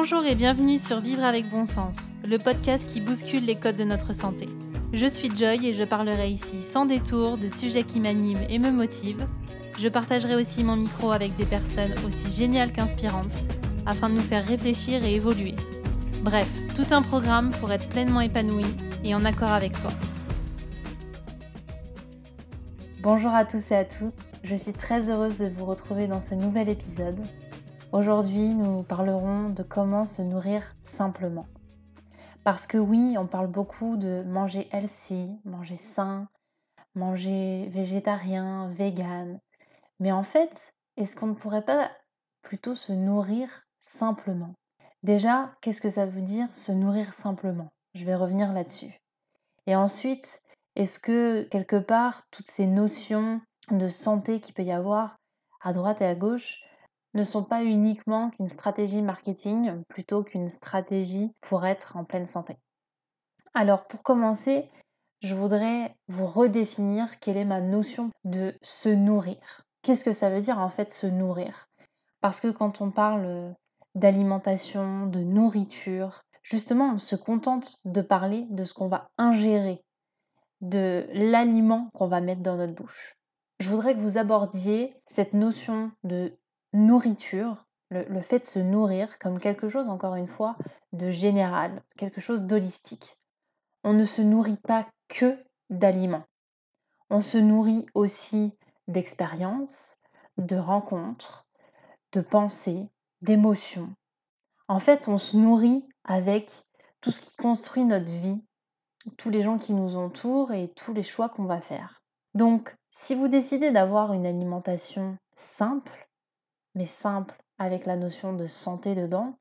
Bonjour et bienvenue sur Vivre avec bon sens, le podcast qui bouscule les codes de notre santé. Je suis Joy et je parlerai ici sans détour de sujets qui m'animent et me motivent. Je partagerai aussi mon micro avec des personnes aussi géniales qu'inspirantes afin de nous faire réfléchir et évoluer. Bref, tout un programme pour être pleinement épanoui et en accord avec soi. Bonjour à tous et à toutes, je suis très heureuse de vous retrouver dans ce nouvel épisode. Aujourd'hui, nous parlerons de comment se nourrir simplement. Parce que oui, on parle beaucoup de manger healthy, manger sain, manger végétarien, vegan. Mais en fait, est-ce qu'on ne pourrait pas plutôt se nourrir simplement ? Déjà, qu'est-ce que ça veut dire se nourrir simplement ? Je vais revenir là-dessus. Et ensuite, est-ce que quelque part, toutes ces notions de santé qu'il peut y avoir à droite et à gauche ne sont pas uniquement qu'une stratégie marketing plutôt qu'une stratégie pour être en pleine santé ? Alors pour commencer, je voudrais vous redéfinir quelle est ma notion de se nourrir. Qu'est-ce que ça veut dire en fait se nourrir ? Parce que quand on parle d'alimentation, de nourriture, justement on se contente de parler de ce qu'on va ingérer, de l'aliment qu'on va mettre dans notre bouche. Je voudrais que vous abordiez cette notion de nourriture, le fait de se nourrir comme quelque chose, encore une fois, de général, quelque chose d'holistique. On ne se nourrit pas que d'aliments. On se nourrit aussi d'expériences, de rencontres, de pensées, d'émotions. En fait, on se nourrit avec tout ce qui construit notre vie, tous les gens qui nous entourent et tous les choix qu'on va faire. Donc, si vous décidez d'avoir une alimentation simple, mais simple avec la notion de santé dedans,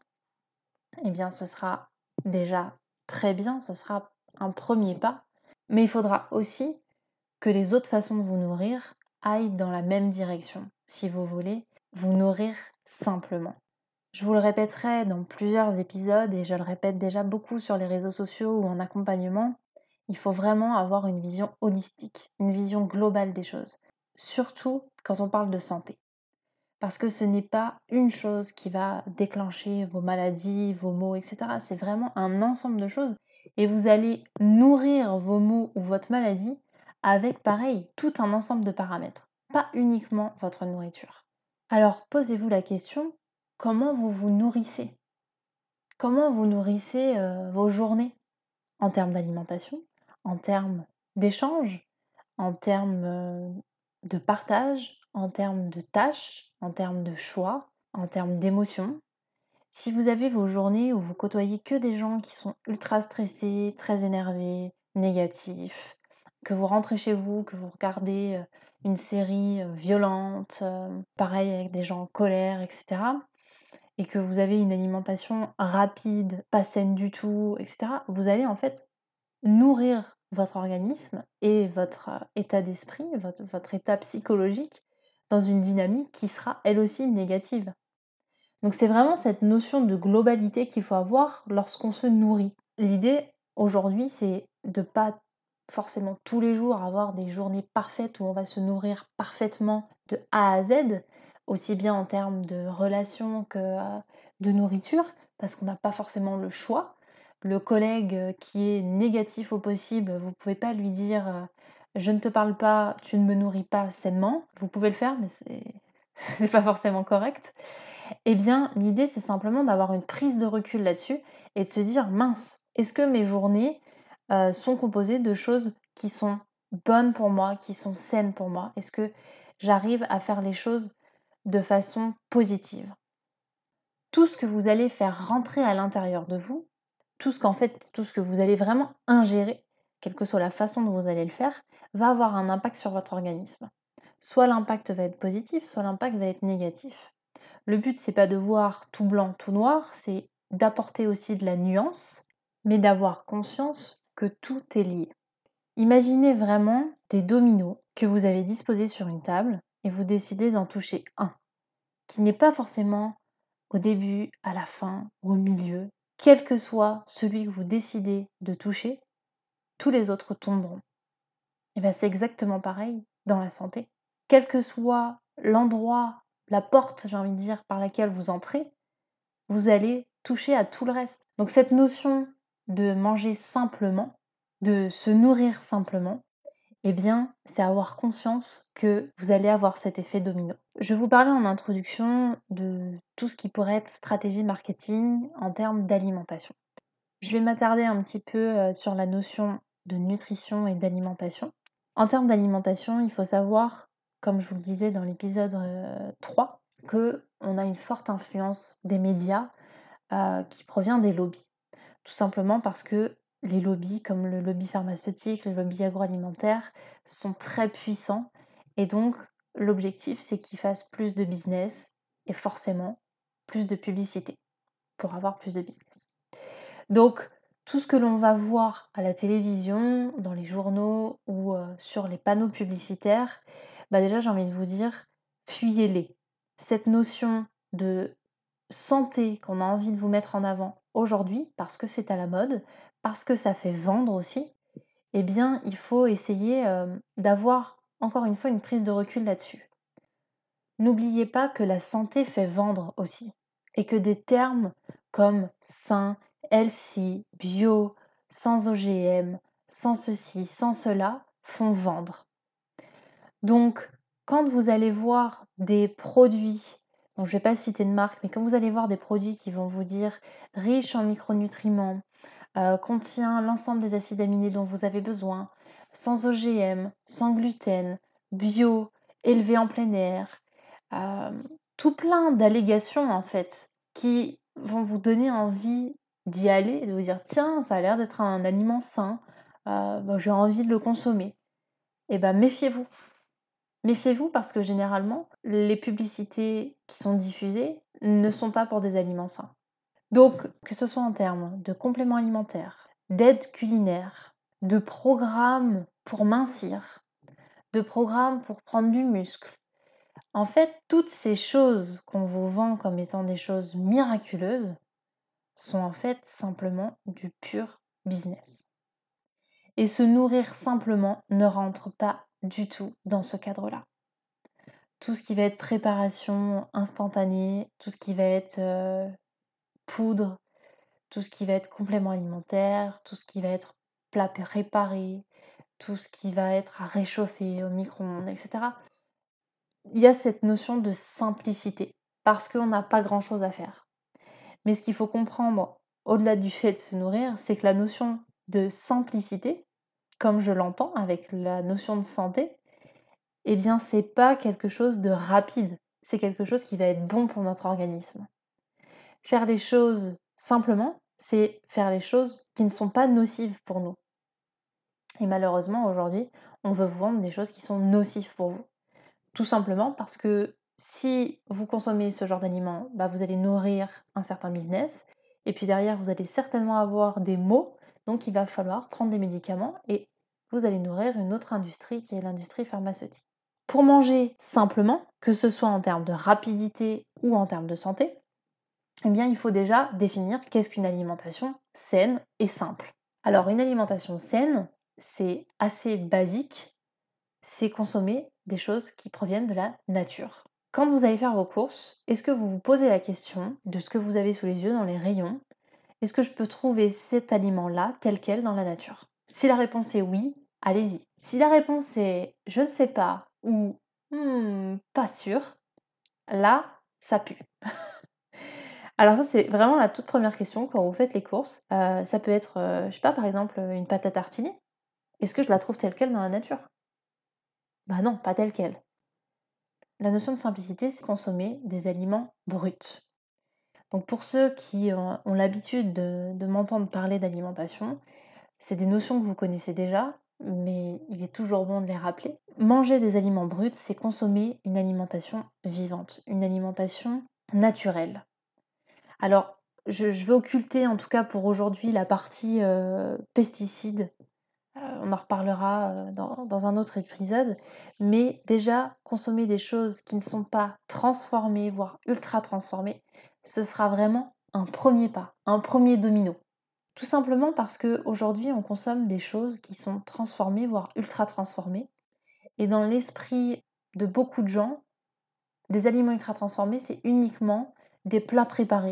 eh bien ce sera déjà très bien, ce sera un premier pas. Mais il faudra aussi que les autres façons de vous nourrir aillent dans la même direction, si vous voulez vous nourrir simplement. Je vous le répéterai dans plusieurs épisodes et je le répète déjà beaucoup sur les réseaux sociaux ou en accompagnement, il faut vraiment avoir une vision holistique, une vision globale des choses, surtout quand on parle de santé. Parce que ce n'est pas une chose qui va déclencher vos maladies, vos maux, etc. C'est vraiment un ensemble de choses et vous allez nourrir vos maux ou votre maladie avec, pareil, tout un ensemble de paramètres, pas uniquement votre nourriture. Alors, posez-vous la question, comment vous vous nourrissez ? Comment vous nourrissez vos journées en termes d'alimentation, en termes d'échange, en termes de partage, en termes de tâches, en termes de choix, en termes d'émotions. Si vous avez vos journées où vous côtoyez que des gens qui sont ultra stressés, très énervés, négatifs, que vous rentrez chez vous, que vous regardez une série violente, pareil avec des gens en colère, etc., et que vous avez une alimentation rapide, pas saine du tout, etc., vous allez en fait nourrir votre organisme et votre état d'esprit, votre état psychologique dans une dynamique qui sera elle aussi négative. Donc c'est vraiment cette notion de globalité qu'il faut avoir lorsqu'on se nourrit. L'idée aujourd'hui, c'est de pas forcément tous les jours avoir des journées parfaites où on va se nourrir parfaitement de A à Z, aussi bien en termes de relations que de nourriture, parce qu'on n'a pas forcément le choix. Le collègue qui est négatif au possible, vous ne pouvez pas lui dire je ne te parle pas, tu ne me nourris pas sainement. Vous pouvez le faire, mais c'est pas forcément correct. Eh bien, l'idée, c'est simplement d'avoir une prise de recul là-dessus et de se dire mince, est-ce que mes journées sont composées de choses qui sont bonnes pour moi, qui sont saines pour moi ? Est-ce que j'arrive à faire les choses de façon positive ? Tout ce que vous allez faire rentrer à l'intérieur de vous, tout ce que vous allez vraiment ingérer, quelle que soit la façon dont vous allez le faire, va avoir un impact sur votre organisme. Soit l'impact va être positif, soit l'impact va être négatif. Le but, c'est pas de voir tout blanc, tout noir, c'est d'apporter aussi de la nuance, mais d'avoir conscience que tout est lié. Imaginez vraiment des dominos que vous avez disposés sur une table et vous décidez d'en toucher un, qui n'est pas forcément au début, à la fin ou au milieu. Quel que soit celui que vous décidez de toucher, tous les autres tomberont. Et bien c'est exactement pareil dans la santé. Quel que soit l'endroit, la porte, j'ai envie de dire, par laquelle vous entrez, vous allez toucher à tout le reste. Donc cette notion de manger simplement, de se nourrir simplement, eh bien, c'est avoir conscience que vous allez avoir cet effet domino. Je vous parlais en introduction de tout ce qui pourrait être stratégie marketing en termes d'alimentation. Je vais m'attarder un petit peu sur la notion de nutrition et d'alimentation. En termes d'alimentation, il faut savoir, comme je vous le disais dans l'épisode 3, qu'on a une forte influence des médias qui provient des lobbies. Tout simplement parce que les lobbies, comme le lobby pharmaceutique, le lobby agroalimentaire, sont très puissants. Et donc, l'objectif, c'est qu'ils fassent plus de business et forcément plus de publicité pour avoir plus de business. Donc, tout ce que l'on va voir à la télévision, dans les journaux ou sur les panneaux publicitaires, déjà j'ai envie de vous dire, fuyez-les. Cette notion de santé qu'on a envie de vous mettre en avant aujourd'hui, parce que c'est à la mode, parce que ça fait vendre aussi, eh bien, il faut essayer d'avoir encore une fois une prise de recul là-dessus. N'oubliez pas que la santé fait vendre aussi, et que des termes comme sain, healthy, bio, sans OGM, sans ceci, sans cela, font vendre. Donc, quand vous allez voir des produits, je ne vais pas citer de marque, mais quand vous allez voir des produits qui vont vous dire riche en micronutriments, contient l'ensemble des acides aminés dont vous avez besoin, sans OGM, sans gluten, bio, élevé en plein air, tout plein d'allégations en fait qui vont vous donner envie d'y aller, de vous dire tiens, ça a l'air d'être un aliment sain, j'ai envie de le consommer. Eh bien, méfiez-vous. Méfiez-vous parce que généralement, les publicités qui sont diffusées ne sont pas pour des aliments sains. Donc, que ce soit en termes de compléments alimentaires, d'aides culinaires, de programmes pour mincir, de programmes pour prendre du muscle, en fait, toutes ces choses qu'on vous vend comme étant des choses miraculeuses sont en fait simplement du pur business. Et se nourrir simplement ne rentre pas du tout dans ce cadre-là. Tout ce qui va être préparation instantanée, tout ce qui va être poudre, tout ce qui va être complément alimentaire, tout ce qui va être plat préparé, tout ce qui va être à réchauffer au micro-ondes, etc. Il y a cette notion de simplicité parce qu'on n'a pas grand-chose à faire. Mais ce qu'il faut comprendre au-delà du fait de se nourrir, c'est que la notion de simplicité, comme je l'entends avec la notion de santé, eh bien c'est pas quelque chose de rapide, c'est quelque chose qui va être bon pour notre organisme. Faire les choses simplement, c'est faire les choses qui ne sont pas nocives pour nous. Et malheureusement, aujourd'hui, on veut vous vendre des choses qui sont nocives pour vous. Tout simplement parce que si vous consommez ce genre d'aliments, vous allez nourrir un certain business. Et puis derrière, vous allez certainement avoir des maux. Donc il va falloir prendre des médicaments et vous allez nourrir une autre industrie qui est l'industrie pharmaceutique. Pour manger simplement, que ce soit en termes de rapidité ou en termes de santé, eh bien, il faut déjà définir qu'est-ce qu'une alimentation saine et simple. Alors, une alimentation saine, c'est assez basique, c'est consommer des choses qui proviennent de la nature. Quand vous allez faire vos courses, est-ce que vous vous posez la question de ce que vous avez sous les yeux dans les rayons? Est-ce que je peux trouver cet aliment-là tel quel dans la nature? Si la réponse est oui, allez-y. Si la réponse est je ne sais pas ou pas sûr, là, ça pue. Alors ça, c'est vraiment la toute première question quand vous faites les courses. Ça peut être, je sais pas, par exemple, une pâte à tartiner. Est-ce que je la trouve telle quelle dans la nature? Bah non, pas telle quelle. La notion de simplicité, c'est consommer des aliments bruts. Donc pour ceux qui ont l'habitude de m'entendre parler d'alimentation, c'est des notions que vous connaissez déjà, mais il est toujours bon de les rappeler. Manger des aliments bruts, c'est consommer une alimentation vivante, une alimentation naturelle. Alors, je vais occulter, en tout cas pour aujourd'hui, la partie pesticides. On en reparlera dans un autre épisode. Mais déjà, consommer des choses qui ne sont pas transformées, voire ultra transformées, ce sera vraiment un premier pas, un premier domino. Tout simplement parce qu'aujourd'hui, on consomme des choses qui sont transformées, voire ultra transformées. Et dans l'esprit de beaucoup de gens, des aliments ultra transformés, c'est uniquement des plats préparés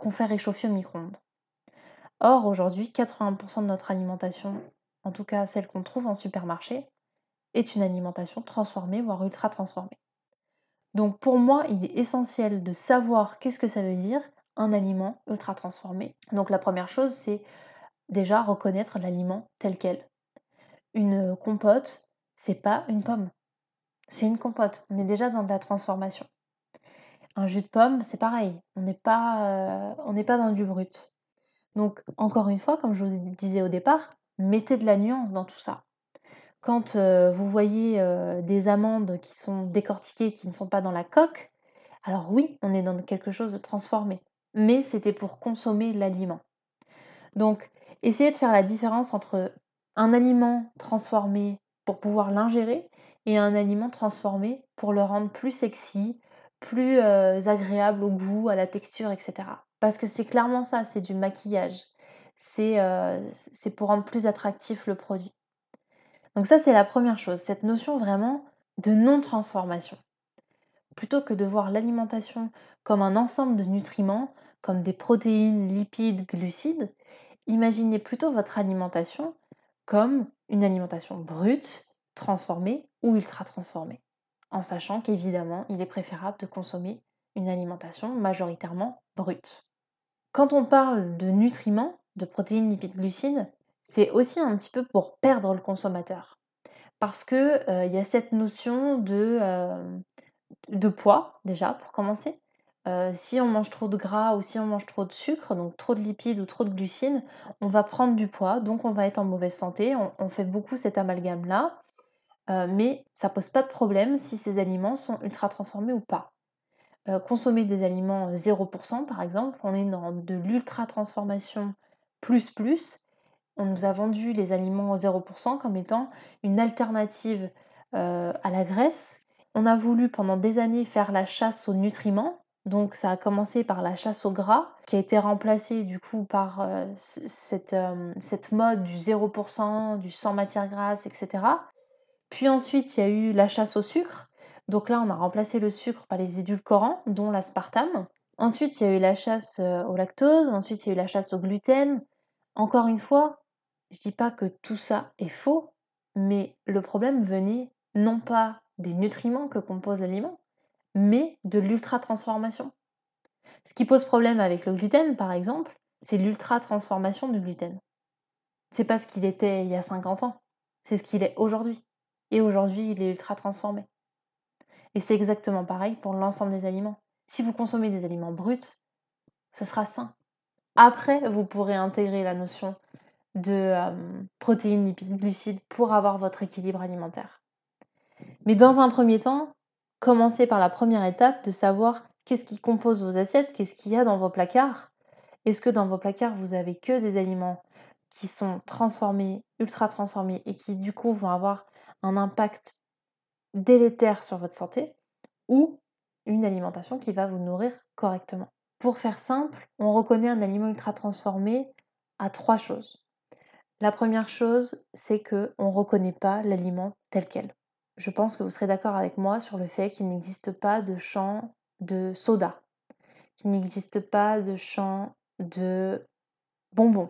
qu'on fait réchauffer au micro-ondes. Or, aujourd'hui, 80% de notre alimentation, en tout cas celle qu'on trouve en supermarché, est une alimentation transformée, voire ultra transformée. Donc pour moi, il est essentiel de savoir qu'est-ce que ça veut dire un aliment ultra transformé. Donc la première chose, c'est déjà reconnaître l'aliment tel quel. Une compote, c'est pas une pomme, c'est une compote. On est déjà dans de la transformation. Un jus de pomme, c'est pareil, on n'est pas dans du brut. Donc encore une fois, comme je vous disais au départ, mettez de la nuance dans tout ça. Quand vous voyez des amandes qui sont décortiquées, qui ne sont pas dans la coque, alors oui, on est dans quelque chose de transformé, mais c'était pour consommer l'aliment. Donc, essayez de faire la différence entre un aliment transformé pour pouvoir l'ingérer et un aliment transformé pour le rendre plus sexy, plus agréable au goût, à la texture, etc. Parce que c'est clairement ça, c'est du maquillage. C'est pour rendre plus attractif le produit. Donc ça, c'est la première chose, cette notion vraiment de non-transformation. Plutôt que de voir l'alimentation comme un ensemble de nutriments, comme des protéines, lipides, glucides, imaginez plutôt votre alimentation comme une alimentation brute, transformée ou ultra transformée, en sachant qu'évidemment, il est préférable de consommer une alimentation majoritairement brute. Quand on parle de nutriments, de protéines, lipides, glucides, c'est aussi un petit peu pour perdre le consommateur. Parce que y a cette notion de poids, déjà, pour commencer. Si on mange trop de gras ou si on mange trop de sucre, donc trop de lipides ou trop de glucides, on va prendre du poids, donc on va être en mauvaise santé. On fait beaucoup cet amalgame-là, mais ça pose pas de problème si ces aliments sont ultra transformés ou pas. Consommer des aliments 0%, par exemple, on est dans de l'ultra transformation plus plus. On nous a vendu les aliments 0% comme étant une alternative à la graisse. On a voulu pendant des années faire la chasse aux nutriments. Donc ça a commencé par la chasse au gras, qui a été remplacée du coup par cette mode du 0%, du sans matière grasse, etc. Puis ensuite, il y a eu la chasse au sucre. Donc là, on a remplacé le sucre par les édulcorants, dont l'aspartame. Ensuite, il y a eu la chasse au lactose. Ensuite, il y a eu la chasse au gluten. Encore une fois, je dis pas que tout ça est faux, mais le problème venait non pas des nutriments que compose l'aliment, mais de l'ultra-transformation. Ce qui pose problème avec le gluten, par exemple, c'est l'ultra-transformation du gluten. C'est pas ce qu'il était il y a 50 ans, c'est ce qu'il est aujourd'hui. Et aujourd'hui, il est ultra transformé. Et c'est exactement pareil pour l'ensemble des aliments. Si vous consommez des aliments bruts, ce sera sain. Après, vous pourrez intégrer la notion de protéines, lipides, glucides pour avoir votre équilibre alimentaire. Mais dans un premier temps, commencez par la première étape de savoir qu'est-ce qui compose vos assiettes, qu'est-ce qu'il y a dans vos placards. Est-ce que dans vos placards, vous avez que des aliments qui sont transformés, ultra transformés et qui du coup vont avoir un impact délétère sur votre santé ou une alimentation qui va vous nourrir correctement. Pour faire simple, on reconnaît un aliment ultra transformé à 3 choses. La première chose, c'est que on ne reconnaît pas l'aliment tel quel. Je pense que vous serez d'accord avec moi sur le fait qu'il n'existe pas de champ de soda, qu'il n'existe pas de champ de bonbons.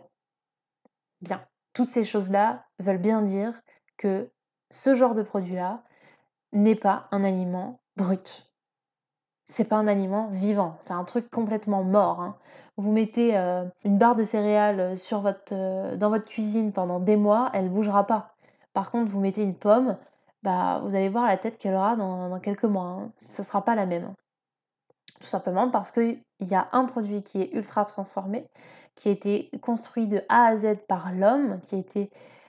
Bien, toutes ces choses-là veulent bien dire que ce genre de produit-là n'est pas un aliment brut. C'est pas un aliment vivant, c'est un truc complètement mort, hein. Vous mettez une barre de céréales dans votre cuisine pendant des mois, elle bougera pas. Par contre, vous mettez une pomme, bah, vous allez voir la tête qu'elle aura dans quelques mois, hein. Ce sera pas la même. Tout simplement parce qu'il y a un produit qui est ultra transformé, qui a été construit de A à Z par l'homme, qui a été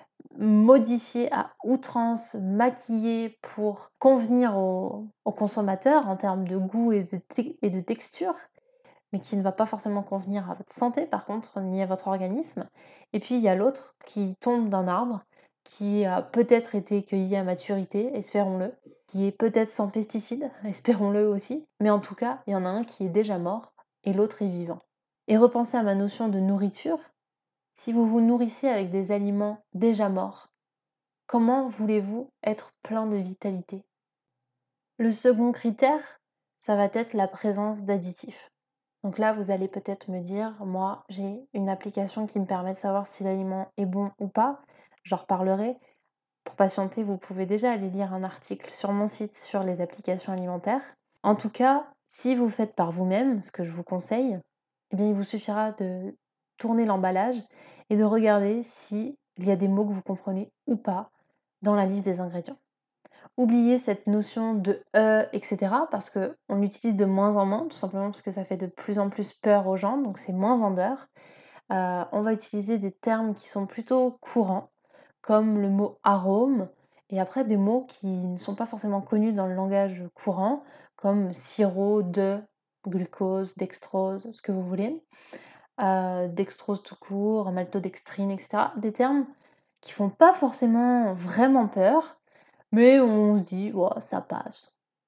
modifié à outrance, maquillé pour convenir au consommateur en termes de goût et de texture, mais qui ne va pas forcément convenir à votre santé par contre, ni à votre organisme. Et puis il y a l'autre qui tombe d'un arbre, qui a peut-être été cueilli à maturité, espérons-le, qui est peut-être sans pesticides, espérons-le aussi, mais en tout cas, il y en a un qui est déjà mort et l'autre est vivant. Et repensez à ma notion de nourriture. Si vous vous nourrissez avec des aliments déjà morts, comment voulez-vous être plein de vitalité? Le second critère, ça va être la présence d'additifs. Donc là, vous allez peut-être me dire, moi, j'ai une application qui me permet de savoir si l'aliment est bon ou pas. J'en reparlerai. Pour patienter, vous pouvez déjà aller lire un article sur mon site sur les applications alimentaires. En tout cas, si vous faites par vous-même, ce que je vous conseille, eh bien, il vous suffira de tourner l'emballage et de regarder s'il y a des mots que vous comprenez ou pas dans la liste des ingrédients. Oubliez cette notion de etc. parce qu'on l'utilise de moins en moins, tout simplement parce que ça fait de plus en plus peur aux gens, donc c'est moins vendeur. On va utiliser des termes qui sont plutôt courants, comme le mot arôme, et après des mots qui ne sont pas forcément connus dans le langage courant, comme sirop de, glucose, dextrose, ce que vous voulez, dextrose tout court, maltodextrine, etc. Des termes qui font pas forcément vraiment peur, mais on se dit, oh, ça passe.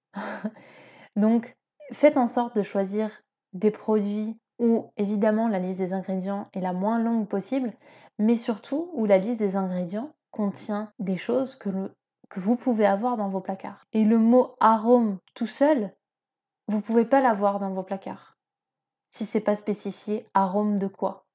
Donc, faites en sorte de choisir des produits où, évidemment, la liste des ingrédients est la moins longue possible, mais surtout où la liste des ingrédients contient des choses que vous pouvez avoir dans vos placards. Et le mot arôme tout seul, vous ne pouvez pas l'avoir dans vos placards. Si c'est pas spécifié, arôme de quoi?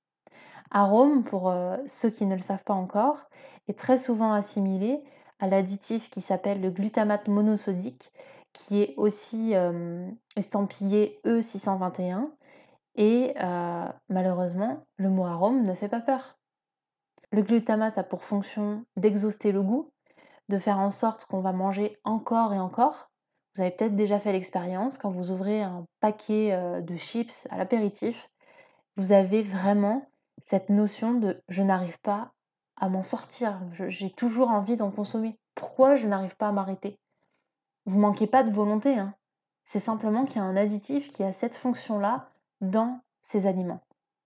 Arôme, pour ceux qui ne le savent pas encore, est très souvent assimilé à l'additif qui s'appelle le glutamate monosodique, qui est aussi estampillé E621. Et malheureusement, le mot arôme ne fait pas peur. Le glutamate a pour fonction d'exhauster le goût, de faire en sorte qu'on va manger encore et encore. Vous avez peut-être déjà fait l'expérience quand vous ouvrez un paquet de chips à l'apéritif, vous avez vraiment cette notion de je n'arrive pas à m'en sortir, j'ai toujours envie d'en consommer. Pourquoi je n'arrive pas à m'arrêter? Vous manquez pas de volonté, hein. C'est simplement qu'il y a un additif qui a cette fonction-là dans ces aliments.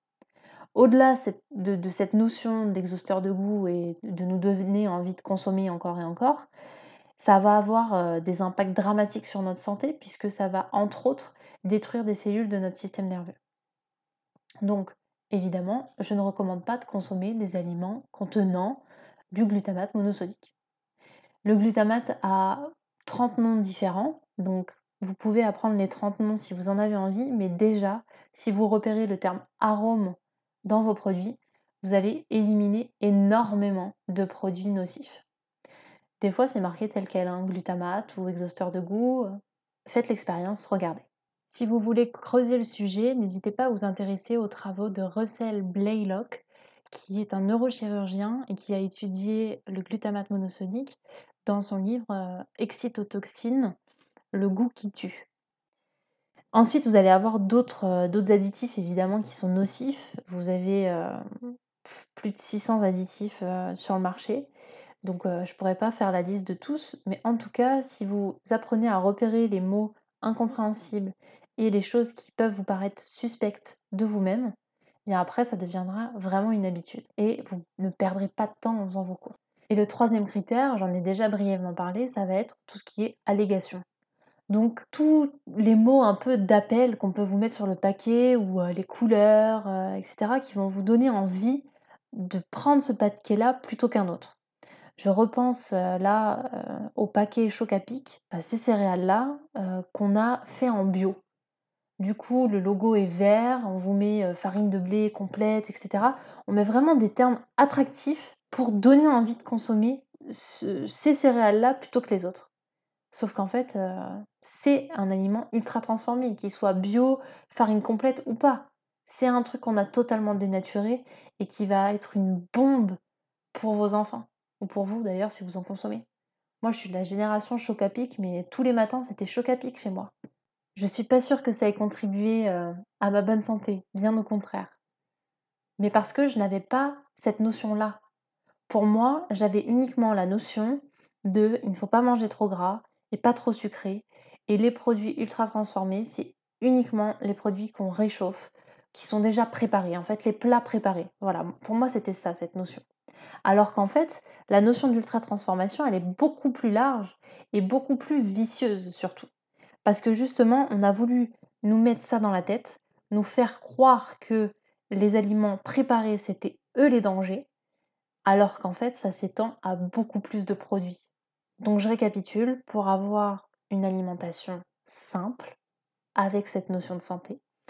Au-delà de cette notion d'exhausteur de goût et de nous donner envie de consommer encore et encore, ça va avoir des impacts dramatiques sur notre santé puisque ça va entre autres détruire des cellules de notre système nerveux. Donc, évidemment, je ne recommande pas de consommer des aliments contenant du glutamate monosodique. Le glutamate a 30 noms différents, donc vous pouvez apprendre les 30 noms si vous en avez envie, mais déjà, si vous repérez le terme arôme dans vos produits, vous allez éliminer énormément de produits nocifs. Des fois, c'est marqué tel quel, hein, glutamate ou exhausteur de goût. Faites l'expérience, regardez. Si vous voulez creuser le sujet, n'hésitez pas à vous intéresser aux travaux de Russell Blaylock, qui est un neurochirurgien et qui a étudié le glutamate monosodique dans son livre Excitotoxine, le goût qui tue. Ensuite, vous allez avoir d'autres additifs évidemment qui sont nocifs. Vous avez plus de 600 additifs sur le marché. Donc je ne pourrais pas faire la liste de tous, mais en tout cas, si vous apprenez à repérer les mots incompréhensibles et les choses qui peuvent vous paraître suspectes de vous-même, bien après, ça deviendra vraiment une habitude et vous ne perdrez pas de temps en faisant vos cours. Et le troisième critère, j'en ai déjà brièvement parlé, ça va être tout ce qui est allégation. Donc tous les mots un peu d'appel qu'on peut vous mettre sur le paquet ou les couleurs, etc., qui vont vous donner envie de prendre ce paquet-là plutôt qu'un autre. Je repense là au paquet Choc-à-Pic, ces céréales-là qu'on a fait en bio. Du coup, le logo est vert, on vous met farine de blé complète, etc. On met vraiment des termes attractifs pour donner envie de consommer ces céréales-là plutôt que les autres. Sauf qu'en fait, c'est un aliment ultra transformé, qu'il soit bio, farine complète ou pas. C'est un truc qu'on a totalement dénaturé et qui va être une bombe pour vos enfants. Ou pour vous d'ailleurs si vous en consommez. Moi je suis de la génération Choc-à-Pic, mais tous les matins c'était Choc-à-Pic chez moi. Je suis pas sûre que ça ait contribué à ma bonne santé, bien au contraire. Mais parce que je n'avais pas cette notion-là. Pour moi, j'avais uniquement la notion de il ne faut pas manger trop gras et pas trop sucré. Et les produits ultra transformés, c'est uniquement les produits qu'on réchauffe, qui sont déjà préparés, en fait les plats préparés. Voilà, pour moi c'était ça, cette notion. Alors qu'en fait, la notion d'ultra transformation, elle est beaucoup plus large et beaucoup plus vicieuse surtout. Parce que justement, on a voulu nous mettre ça dans la tête, nous faire croire que les aliments préparés, c'était eux les dangers, alors qu'en fait, ça s'étend à beaucoup plus de produits. Donc je récapitule, pour avoir une alimentation simple, avec cette notion de santé,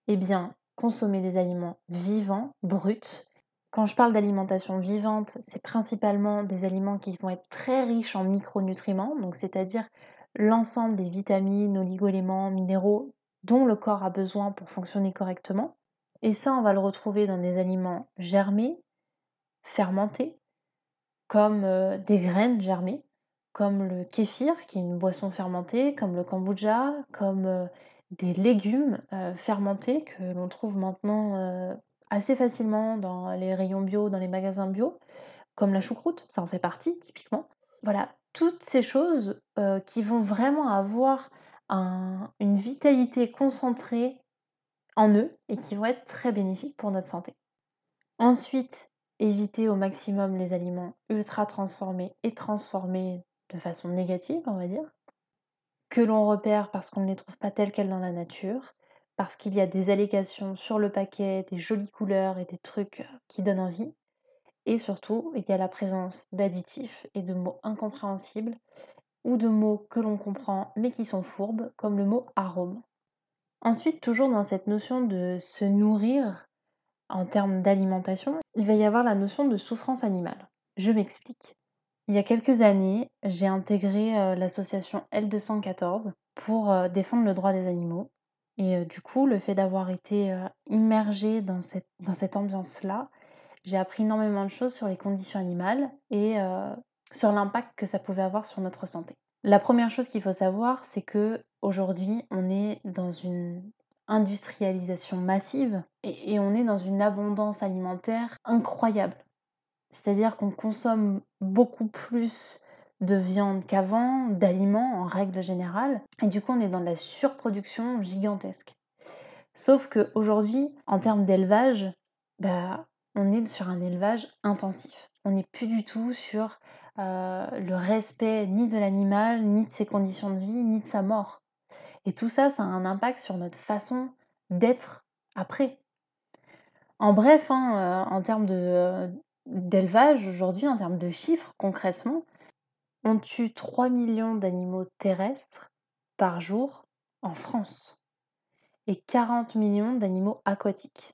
Eh bien, consommer des aliments vivants, bruts. Quand je parle d'alimentation vivante, c'est principalement des aliments qui vont être très riches en micronutriments, donc c'est-à-dire l'ensemble des vitamines, oligoéléments, minéraux dont le corps a besoin pour fonctionner correctement. Et ça, on va le retrouver dans des aliments germés, fermentés, comme des graines germées, comme le kéfir, qui est une boisson fermentée, comme le kombucha, comme des légumes fermentés que l'on trouve maintenant assez facilement dans les rayons bio, dans les magasins bio, comme la choucroute, ça en fait partie typiquement. Voilà, toutes ces choses qui vont vraiment avoir une vitalité concentrée en eux et qui vont être très bénéfiques pour notre santé. Ensuite, éviter au maximum les aliments ultra transformés et transformés de façon négative, on va dire, que l'on repère parce qu'on ne les trouve pas tels quels dans la nature, parce qu'il y a des allégations sur le paquet, des jolies couleurs et des trucs qui donnent envie. Et surtout, il y a la présence d'additifs et de mots incompréhensibles ou de mots que l'on comprend mais qui sont fourbes, comme le mot arôme. Ensuite, toujours dans cette notion de se nourrir en termes d'alimentation, il va y avoir la notion de souffrance animale. Je m'explique. Il y a quelques années, j'ai intégré l'association L214 pour défendre le droit des animaux. Et du coup, le fait d'avoir été immergée dans cette ambiance-là, j'ai appris énormément de choses sur les conditions animales et sur l'impact que ça pouvait avoir sur notre santé. La première chose qu'il faut savoir, c'est que aujourd'hui, on est dans une industrialisation massive et on est dans une abondance alimentaire incroyable. C'est-à-dire qu'on consomme beaucoup plus de viande qu'avant, d'aliments en règle générale, et du coup on est dans de la surproduction gigantesque. Sauf qu'aujourd'hui, en termes d'élevage, on est sur un élevage intensif. On n'est plus du tout sur le respect ni de l'animal, ni de ses conditions de vie, ni de sa mort. Et tout ça, ça a un impact sur notre façon d'être après. En bref, en termes d'élevage aujourd'hui, en termes de chiffres, concrètement, on tue 3 millions d'animaux terrestres par jour en France et 40 millions d'animaux aquatiques.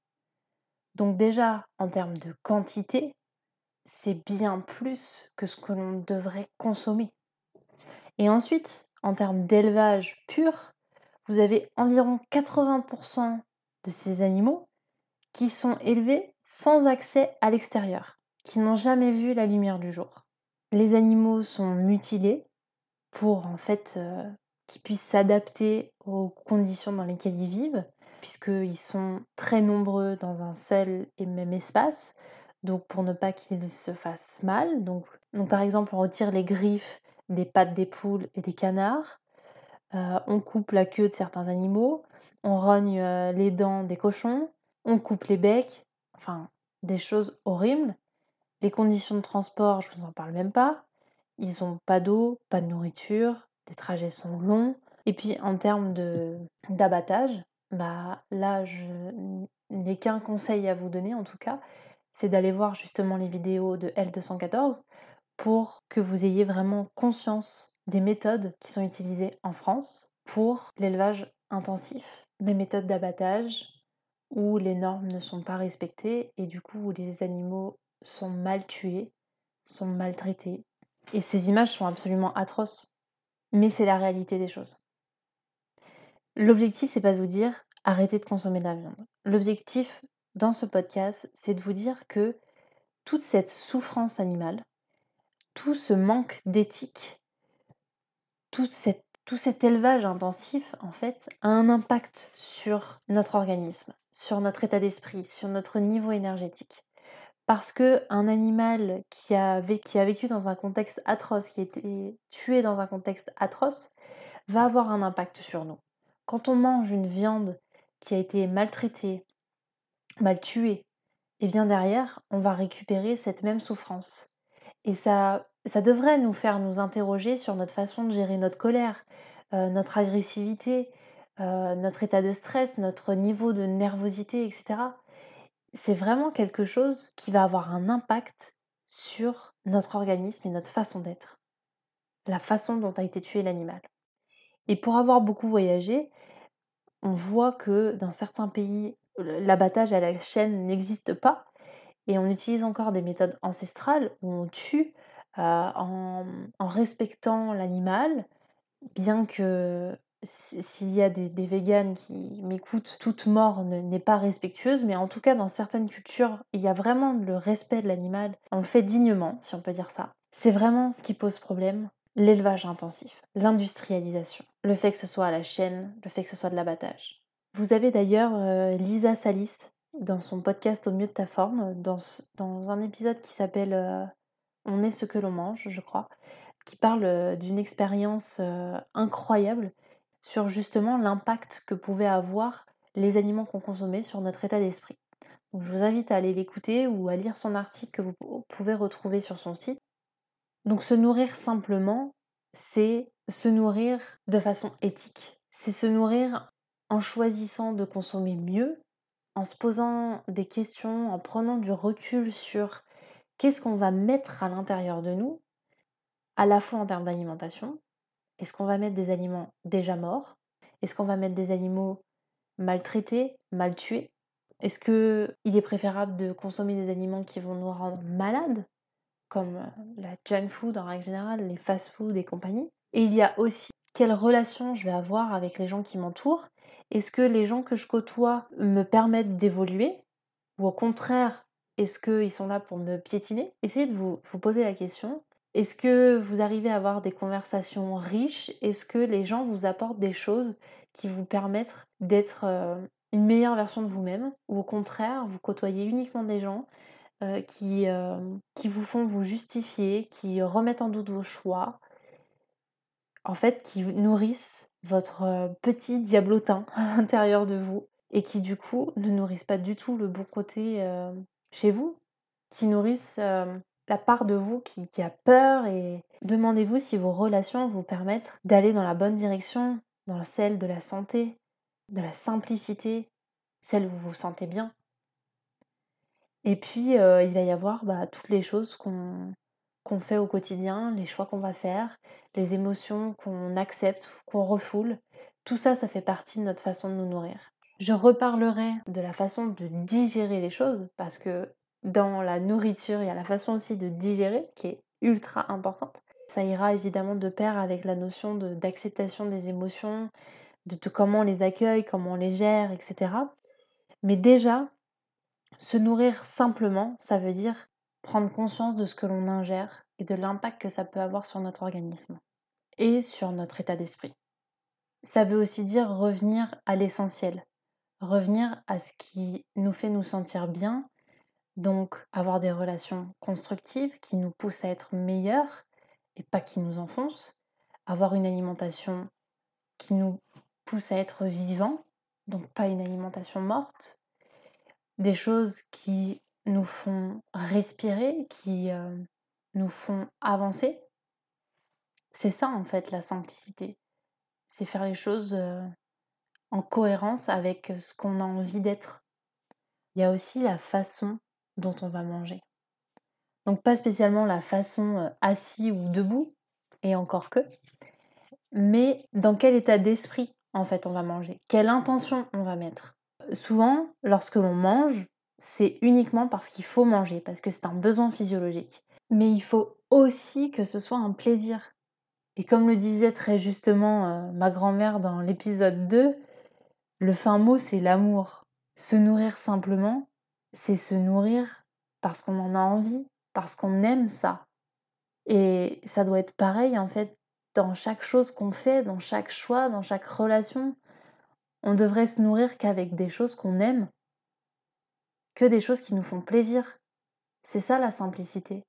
Donc déjà, en termes de quantité, c'est bien plus que ce que l'on devrait consommer. Et ensuite, en termes d'élevage pur, vous avez environ 80% de ces animaux qui sont élevés sans accès à l'extérieur, qui n'ont jamais vu la lumière du jour. Les animaux sont mutilés pour en fait qu'ils puissent s'adapter aux conditions dans lesquelles ils vivent, puisqu'ils sont très nombreux dans un seul et même espace, donc pour ne pas qu'ils se fassent mal. Donc par exemple, on retire les griffes des pattes des poules et des canards, on coupe la queue de certains animaux, on rogne les dents des cochons, on coupe les becs, enfin des choses horribles. Les conditions de transport, je vous en parle même pas. Ils ont pas d'eau, pas de nourriture, les trajets sont longs. Et puis en termes d'abattage, là je n'ai qu'un conseil à vous donner en tout cas, c'est d'aller voir justement les vidéos de L214 pour que vous ayez vraiment conscience des méthodes qui sont utilisées en France pour l'élevage intensif, des méthodes d'abattage où les normes ne sont pas respectées et du coup où les animaux sont mal tués, sont maltraités. Et ces images sont absolument atroces, mais c'est la réalité des choses. L'objectif, c'est pas de vous dire arrêtez de consommer de la viande. L'objectif dans ce podcast, c'est de vous dire que toute cette souffrance animale, tout ce manque d'éthique, tout cet élevage intensif, en fait, a un impact sur notre organisme, sur notre état d'esprit, sur notre niveau énergétique. Parce qu'un animal qui a vécu dans un contexte atroce, qui a été tué dans un contexte atroce, va avoir un impact sur nous. Quand on mange une viande qui a été maltraitée, mal tuée, et bien derrière, on va récupérer cette même souffrance. Et ça devrait nous faire nous interroger sur notre façon de gérer notre colère, notre agressivité, notre état de stress, notre niveau de nervosité, etc. C'est vraiment quelque chose qui va avoir un impact sur notre organisme et notre façon d'être, la façon dont a été tué l'animal. Et pour avoir beaucoup voyagé, on voit que dans certains pays, l'abattage à la chaîne n'existe pas et on utilise encore des méthodes ancestrales où on tue en respectant l'animal, bien que s'il y a des véganes qui m'écoutent, toute mort n'est pas respectueuse, mais en tout cas dans certaines cultures, il y a vraiment le respect de l'animal, on le fait dignement, si on peut dire ça. C'est vraiment ce qui pose problème, l'élevage intensif, l'industrialisation, le fait que ce soit à la chaîne, le fait que ce soit de l'abattage. Vous avez d'ailleurs Lisa Salis dans son podcast Au mieux de ta forme, dans un épisode qui s'appelle On est ce que l'on mange, je crois, qui parle d'une expérience incroyable sur justement l'impact que pouvaient avoir les aliments qu'on consommait sur notre état d'esprit. Donc, je vous invite à aller l'écouter ou à lire son article que vous pouvez retrouver sur son site. Donc se nourrir simplement, c'est se nourrir de façon éthique. C'est se nourrir en choisissant de consommer mieux, en se posant des questions, en prenant du recul sur qu'est-ce qu'on va mettre à l'intérieur de nous, à la fois en termes d'alimentation. Est-ce qu'on va mettre des aliments déjà morts? Est-ce qu'on va mettre des animaux maltraités, mal tués? Est-ce qu'il est préférable de consommer des aliments qui vont nous rendre malades, comme la junk food en règle générale, les fast-food et compagnie? Et il y a aussi quelle relation je vais avoir avec les gens qui m'entourent? Est-ce que les gens que je côtoie me permettent d'évoluer? Ou au contraire, est-ce qu'ils sont là pour me piétiner? Essayez de vous poser la question. Est-ce que vous arrivez à avoir des conversations riches? Est-ce que les gens vous apportent des choses qui vous permettent d'être une meilleure version de vous-même? Ou au contraire, vous côtoyez uniquement des gens qui vous font vous justifier, qui remettent en doute vos choix, en fait, qui nourrissent votre petit diablotin à l'intérieur de vous et qui du coup ne nourrissent pas du tout le bon côté chez vous, qui nourrissent la part de vous qui a peur, et demandez-vous si vos relations vous permettent d'aller dans la bonne direction, dans celle de la santé, de la simplicité, celle où vous vous sentez bien. Et puis il va y avoir toutes les choses qu'on fait au quotidien, les choix qu'on va faire, les émotions qu'on accepte, qu'on refoule. Tout ça, ça fait partie de notre façon de nous nourrir. Je reparlerai de la façon de digérer les choses, parce que dans la nourriture, il y a la façon aussi de digérer qui est ultra importante. Ça ira évidemment de pair avec la notion d'acceptation des émotions, de comment on les accueille, comment on les gère, etc. Mais déjà, se nourrir simplement, ça veut dire prendre conscience de ce que l'on ingère et de l'impact que ça peut avoir sur notre organisme et sur notre état d'esprit. Ça veut aussi dire revenir à l'essentiel, revenir à ce qui nous fait nous sentir bien, donc avoir des relations constructives qui nous poussent à être meilleurs et pas qui nous enfoncent, avoir une alimentation qui nous pousse à être vivants, donc pas une alimentation morte, des choses qui nous font respirer, qui nous font avancer. C'est ça en fait la simplicité. C'est faire les choses en cohérence avec ce qu'on a envie d'être. Il y a aussi la façon dont on va manger. Donc pas spécialement la façon assis ou debout, et encore que, mais dans quel état d'esprit en fait on va manger, quelle intention on va mettre. Souvent, lorsque l'on mange, c'est uniquement parce qu'il faut manger, parce que c'est un besoin physiologique. Mais il faut aussi que ce soit un plaisir. Et comme le disait très justement ma grand-mère dans l'épisode 2, le fin mot c'est l'amour. Se nourrir simplement, c'est se nourrir parce qu'on en a envie, parce qu'on aime ça. Et ça doit être pareil en fait dans chaque chose qu'on fait, dans chaque choix, dans chaque relation. On devrait se nourrir qu'avec des choses qu'on aime, que des choses qui nous font plaisir. C'est ça la simplicité.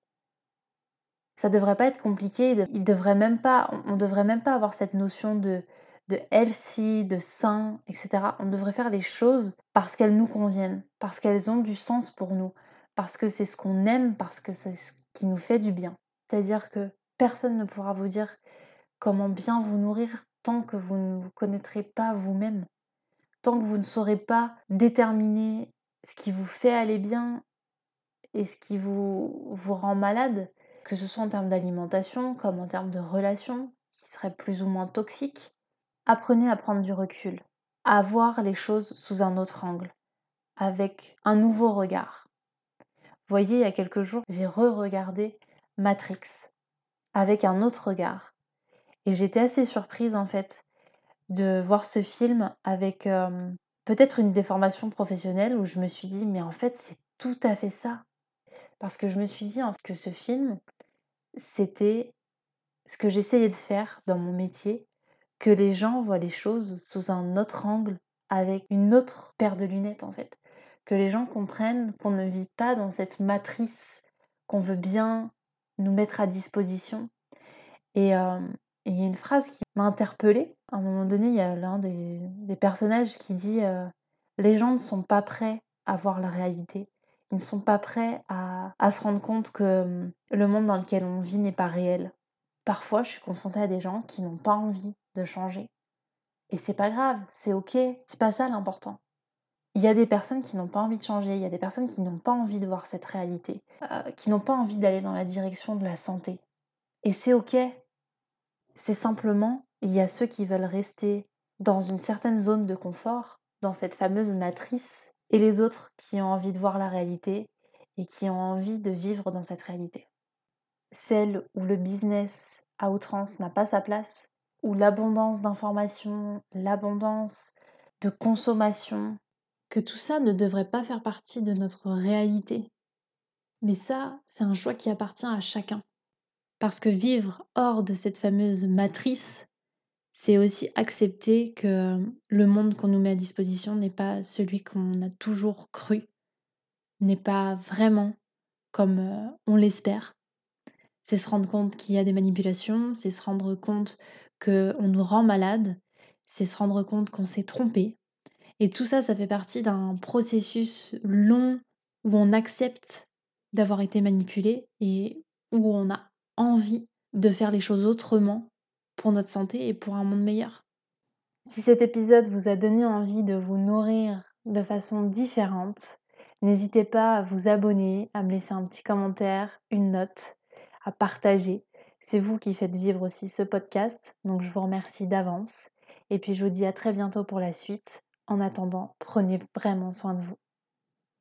Ça devrait pas être compliqué, on devrait même pas avoir cette notion de healthy, de sain, etc. On devrait faire les choses parce qu'elles nous conviennent, parce qu'elles ont du sens pour nous, parce que c'est ce qu'on aime, parce que c'est ce qui nous fait du bien. C'est-à-dire que personne ne pourra vous dire comment bien vous nourrir tant que vous ne vous connaîtrez pas vous-même, tant que vous ne saurez pas déterminer ce qui vous fait aller bien et ce qui vous rend malade, que ce soit en termes d'alimentation comme en termes de relations qui seraient plus ou moins toxiques. Apprenez à prendre du recul. à voir les choses sous un autre angle, avec un nouveau regard. Vous voyez, il y a quelques jours, j'ai re-regardé Matrix avec un autre regard. Et j'étais assez surprise en fait de voir ce film avec peut-être une déformation professionnelle où je me suis dit mais en fait c'est tout à fait ça. Parce que je me suis dit que ce film, c'était ce que j'essayais de faire dans mon métier, que les gens voient les choses sous un autre angle, avec une autre paire de lunettes en fait. Que les gens comprennent qu'on ne vit pas dans cette matrice qu'on veut bien nous mettre à disposition. Et il y a une phrase qui m'a interpellée. À un moment donné, il y a l'un des personnages qui dit les gens ne sont pas prêts à voir la réalité. Ils ne sont pas prêts à se rendre compte que le monde dans lequel on vit n'est pas réel. Parfois, je suis confrontée à des gens qui n'ont pas envie de changer. Et c'est pas grave, c'est ok, c'est pas ça l'important. Il y a des personnes qui n'ont pas envie de changer, il y a des personnes qui n'ont pas envie de voir cette réalité, qui n'ont pas envie d'aller dans la direction de la santé. Et c'est ok, c'est simplement, il y a ceux qui veulent rester dans une certaine zone de confort, dans cette fameuse matrice, et les autres qui ont envie de voir la réalité et qui ont envie de vivre dans cette réalité. Celle où le business à outrance n'a pas sa place, où l'abondance d'informations, l'abondance de consommation, que tout ça ne devrait pas faire partie de notre réalité. Mais ça, c'est un choix qui appartient à chacun. Parce que vivre hors de cette fameuse matrice, c'est aussi accepter que le monde qu'on nous met à disposition n'est pas celui qu'on a toujours cru, n'est pas vraiment comme on l'espère. C'est se rendre compte qu'il y a des manipulations, c'est se rendre compte qu'on nous rend malade, c'est se rendre compte qu'on s'est trompé. Et tout ça, ça fait partie d'un processus long où on accepte d'avoir été manipulé et où on a envie de faire les choses autrement pour notre santé et pour un monde meilleur. Si cet épisode vous a donné envie de vous nourrir de façon différente, n'hésitez pas à vous abonner, à me laisser un petit commentaire, une note, à partager. C'est vous qui faites vivre aussi ce podcast, donc je vous remercie d'avance. Et puis je vous dis à très bientôt pour la suite. En attendant, prenez vraiment soin de vous.